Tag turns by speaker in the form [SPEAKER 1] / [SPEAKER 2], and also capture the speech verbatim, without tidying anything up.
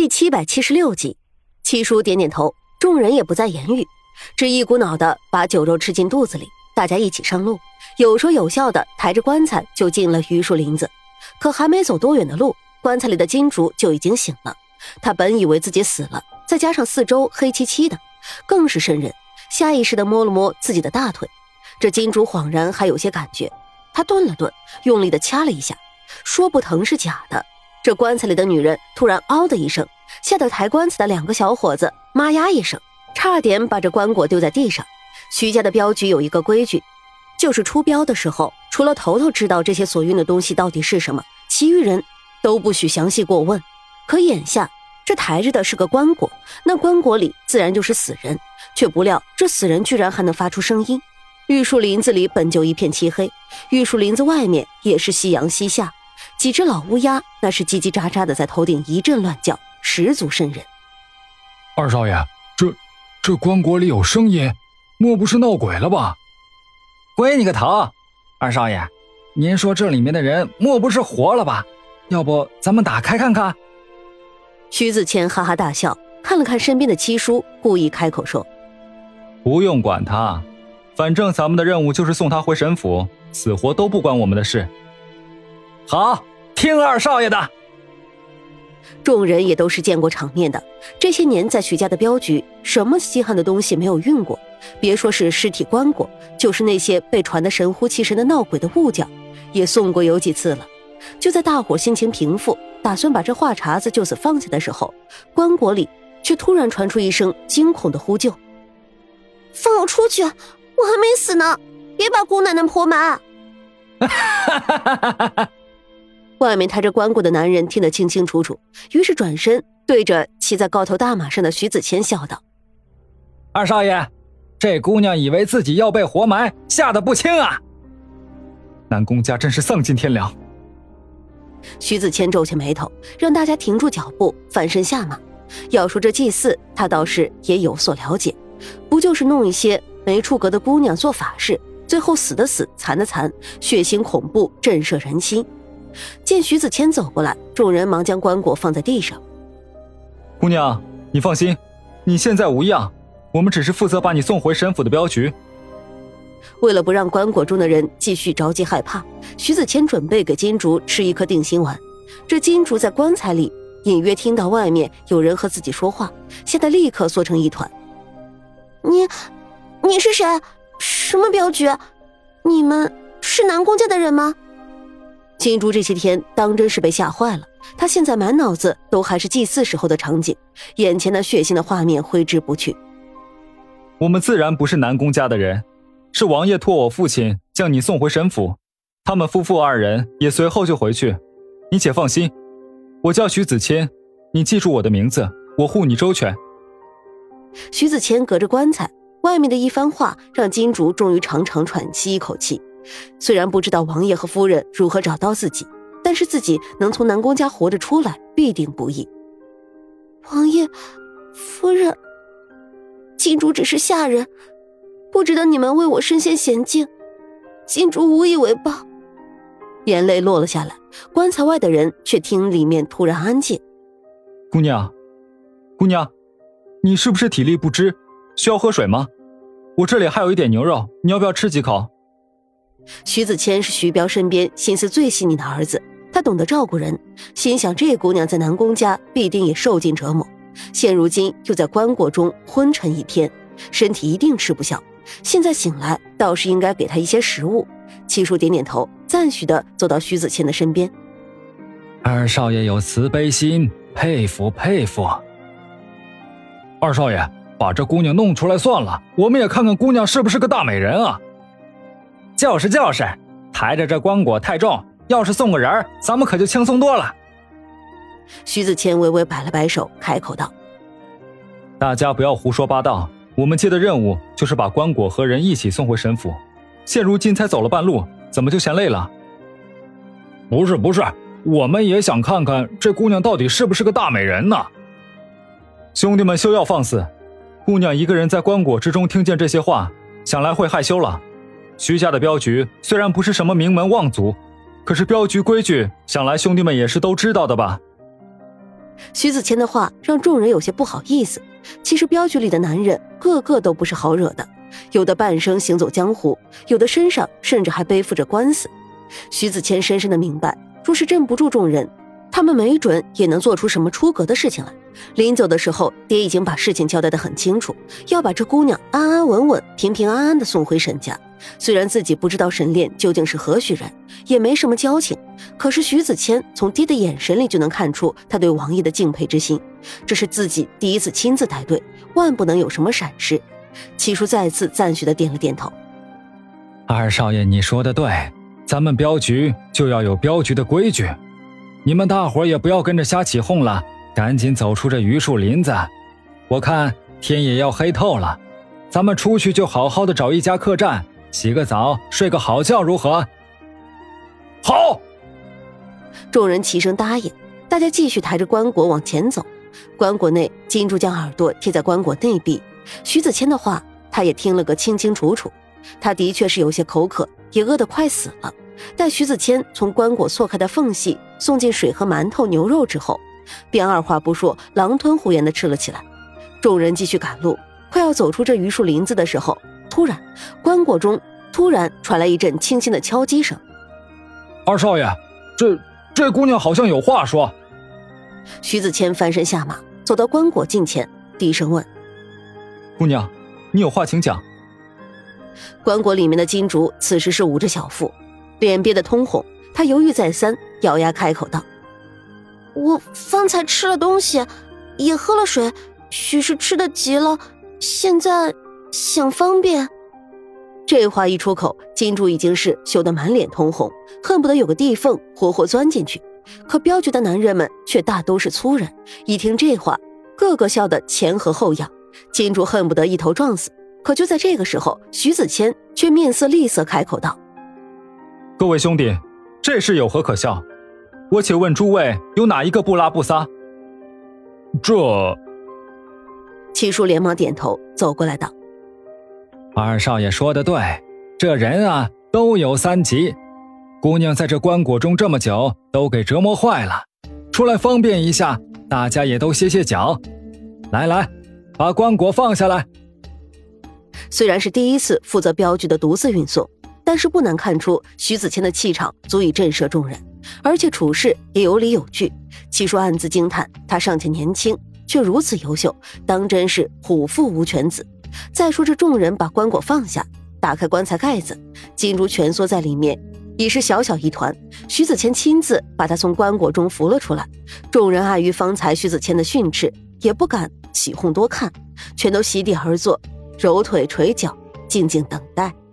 [SPEAKER 1] 七百七十六集。七叔点点头，众人也不再言语，只一股脑的把酒肉吃进肚子里，大家一起上路，有说有笑的抬着棺材就进了榆树林子。可还没走多远的路，棺材里的金竹就已经醒了。他本以为自己死了，再加上四周黑漆漆的，更是瘆人，下意识地摸了摸自己的大腿。这金竹恍然还有些感觉，他顿了顿，用力地掐了一下，说不疼是假的。这棺材里的女人突然嗷的一声，吓得抬棺材的两个小伙子妈呀一声，差点把这棺椁丢在地上。徐家的镖局有一个规矩，就是出镖的时候，除了头头知道这些所运的东西到底是什么，其余人都不许详细过问。可眼下这抬着的是个棺椁，那棺椁里自然就是死人，却不料这死人居然还能发出声音。玉树林子里本就一片漆黑，玉树林子外面也是夕阳西下，几只老乌鸦那是叽叽喳喳的在头顶一阵乱叫，十足瘆人。
[SPEAKER 2] 二少爷，这这棺椁里有声音，莫不是闹鬼了吧？
[SPEAKER 3] 鬼你个头！二少爷，您说这里面的人莫不是活了吧？要不咱们打开看看？
[SPEAKER 1] 徐子谦哈哈大笑，看了看身边的七叔，故意开口说：
[SPEAKER 4] 不用管他，反正咱们的任务就是送他回神府，死活都不关我们的事。
[SPEAKER 3] 好，听二少爷的。
[SPEAKER 1] 众人也都是见过场面的，这些年在徐家的镖局，什么稀罕的东西没有运过？别说是尸体棺椁，就是那些被传得神乎其神的闹鬼的物件，也送过有几次了。就在大伙心情平复，打算把这话茬子就此放下的时候，棺椁里却突然传出一声惊恐的呼救：
[SPEAKER 5] 放我出去，我还没死呢，别把姑奶奶活埋。
[SPEAKER 1] 外面抬着棺椁的男人听得清清楚楚，于是转身对着骑在高头大马上的徐子谦笑道：
[SPEAKER 3] 二少爷，这姑娘以为自己要被活埋，吓得不轻啊！
[SPEAKER 4] 南宫家真是丧尽天良。
[SPEAKER 1] 徐子谦皱起眉头，让大家停住脚步，翻身下马。要说这祭祀，他倒是也有所了解，不就是弄一些没出阁的姑娘做法事，最后死的死，残的残，血腥恐怖，震慑人心。见徐子谦走过来，众人忙将棺椁放在地上。
[SPEAKER 4] 姑娘，你放心，你现在无恙，我们只是负责把你送回神府的镖局。
[SPEAKER 1] 为了不让棺椁中的人继续着急害怕，徐子谦准备给金竹吃一颗定心丸。这金竹在棺材里隐约听到外面有人和自己说话，吓得立刻缩成一团。
[SPEAKER 5] 你你是谁？什么镖局？你们是南宫家的人吗？
[SPEAKER 1] 金竹这些天当真是被吓坏了，他现在满脑子都还是祭祀时候的场景，眼前的血腥的画面挥之不去。
[SPEAKER 4] 我们自然不是南宫家的人，是王爷托我父亲将你送回神府，他们夫妇二人也随后就回去。你且放心，我叫徐子谦，你记住我的名字，我护你周全。
[SPEAKER 1] 徐子谦隔着棺材，外面的一番话让金竹终于长长喘息一口气。虽然不知道王爷和夫人如何找到自己，但是自己能从南宫家活着出来必定不易。
[SPEAKER 5] 王爷夫人，金竹只是下人，不值得你们为我身陷险境，金竹无以为报。
[SPEAKER 1] 眼泪落了下来，棺材外的人却听里面突然安静。
[SPEAKER 4] 姑娘姑娘，你是不是体力不支，需要喝水吗？我这里还有一点牛肉，你要不要吃几口？
[SPEAKER 1] 徐子谦是徐彪身边心思最细腻的儿子，他懂得照顾人，心想这姑娘在南宫家必定也受尽折磨，现如今又在棺椁中昏沉一天，身体一定吃不消，现在醒来倒是应该给她一些食物。七叔点点头，赞许地走到徐子谦的身边。
[SPEAKER 3] 二少爷有慈悲心，佩服佩服。
[SPEAKER 2] 二少爷，把这姑娘弄出来算了，我们也看看姑娘是不是个大美人啊。
[SPEAKER 3] 就是就是，抬着这棺椁太重，要是送个人，咱们可就轻松多了。
[SPEAKER 1] 徐子谦微微摆了摆手，开口道：
[SPEAKER 4] 大家不要胡说八道，我们接的任务就是把棺椁和人一起送回神府，现如今才走了半路，怎么就嫌累了？
[SPEAKER 2] 不是不是，我们也想看看这姑娘到底是不是个大美人呢。
[SPEAKER 4] 兄弟们休要放肆，姑娘一个人在棺椁之中听见这些话，想来会害羞了。徐家的镖局虽然不是什么名门望族，可是镖局规矩想来兄弟们也是都知道的吧。
[SPEAKER 1] 徐子谦的话让众人有些不好意思。其实镖局里的男人个个都不是好惹的，有的半生行走江湖，有的身上甚至还背负着官司。徐子谦深深的明白，若是镇不住众人，他们没准也能做出什么出格的事情来。临走的时候，爹已经把事情交代得很清楚，要把这姑娘安安稳稳、平平安安的送回沈家。虽然自己不知道沈炼究竟是何许人，也没什么交情，可是徐子谦从爹的眼神里就能看出他对王爷的敬佩之心。这是自己第一次亲自带队，万不能有什么闪失。七叔再次赞许的点了点头。
[SPEAKER 3] 二少爷，你说的对，咱们镖局就要有镖局的规矩，你们大伙也不要跟着瞎起哄了，赶紧走出这榆树林子。我看天也要黑透了，咱们出去就好好的找一家客栈，洗个澡，睡个好觉，如何？
[SPEAKER 2] 好！
[SPEAKER 1] 众人齐声答应，大家继续抬着棺椁往前走。棺椁内，金珠将耳朵贴在棺椁内壁，徐子谦的话他也听了个清清楚楚。他的确是有些口渴，也饿得快死了。待徐子谦从棺椁错开的缝隙送进水和馒头、牛肉之后，便二话不说，狼吞虎咽地吃了起来。众人继续赶路，快要走出这榆树林子的时候，突然棺椁中突然传来一阵清新的敲击声。
[SPEAKER 2] 二少爷，这这姑娘好像有话说。
[SPEAKER 1] 徐子谦翻身下马，走到棺椁近前，低声问：
[SPEAKER 4] 姑娘，你有话请讲。
[SPEAKER 1] 棺椁里面的金竹此时是捂着小腹，脸憋得通红，他犹豫再三，咬牙开口道：
[SPEAKER 5] 我方才吃了东西，也喝了水，许是吃得急了，现在想方便。
[SPEAKER 1] 这话一出口，金竹已经是羞得满脸通红，恨不得有个地缝活活钻进去。可镖局的男人们却大都是粗人，一听这话，个个笑得前合后仰。金竹恨不得一头撞死。可就在这个时候，徐子谦却面色厉色开口道：
[SPEAKER 4] 各位兄弟，这事有何可笑？我且问诸位，有哪一个不拉不撒？
[SPEAKER 2] 这……
[SPEAKER 1] 七叔连忙点头，走过来道：
[SPEAKER 3] 二少爷说的对，这人啊都有三急。姑娘在这棺椁中这么久，都给折磨坏了，出来方便一下，大家也都歇歇脚。来来，把棺椁放下来。
[SPEAKER 1] 虽然是第一次负责镖局的独自运送，但是不难看出徐子谦的气场足以震慑众人，而且处事也有理有据。七叔暗自惊叹，他尚且年轻，却如此优秀，当真是虎父无犬子。再说这众人把棺椁放下，打开棺材盖子，金珠蜷缩在里面，已是小小一团。徐子谦亲自把他从棺椁中扶了出来。众人碍于方才徐子谦的训斥，也不敢起哄多看，全都席地而坐，揉腿捶脚，静静等待。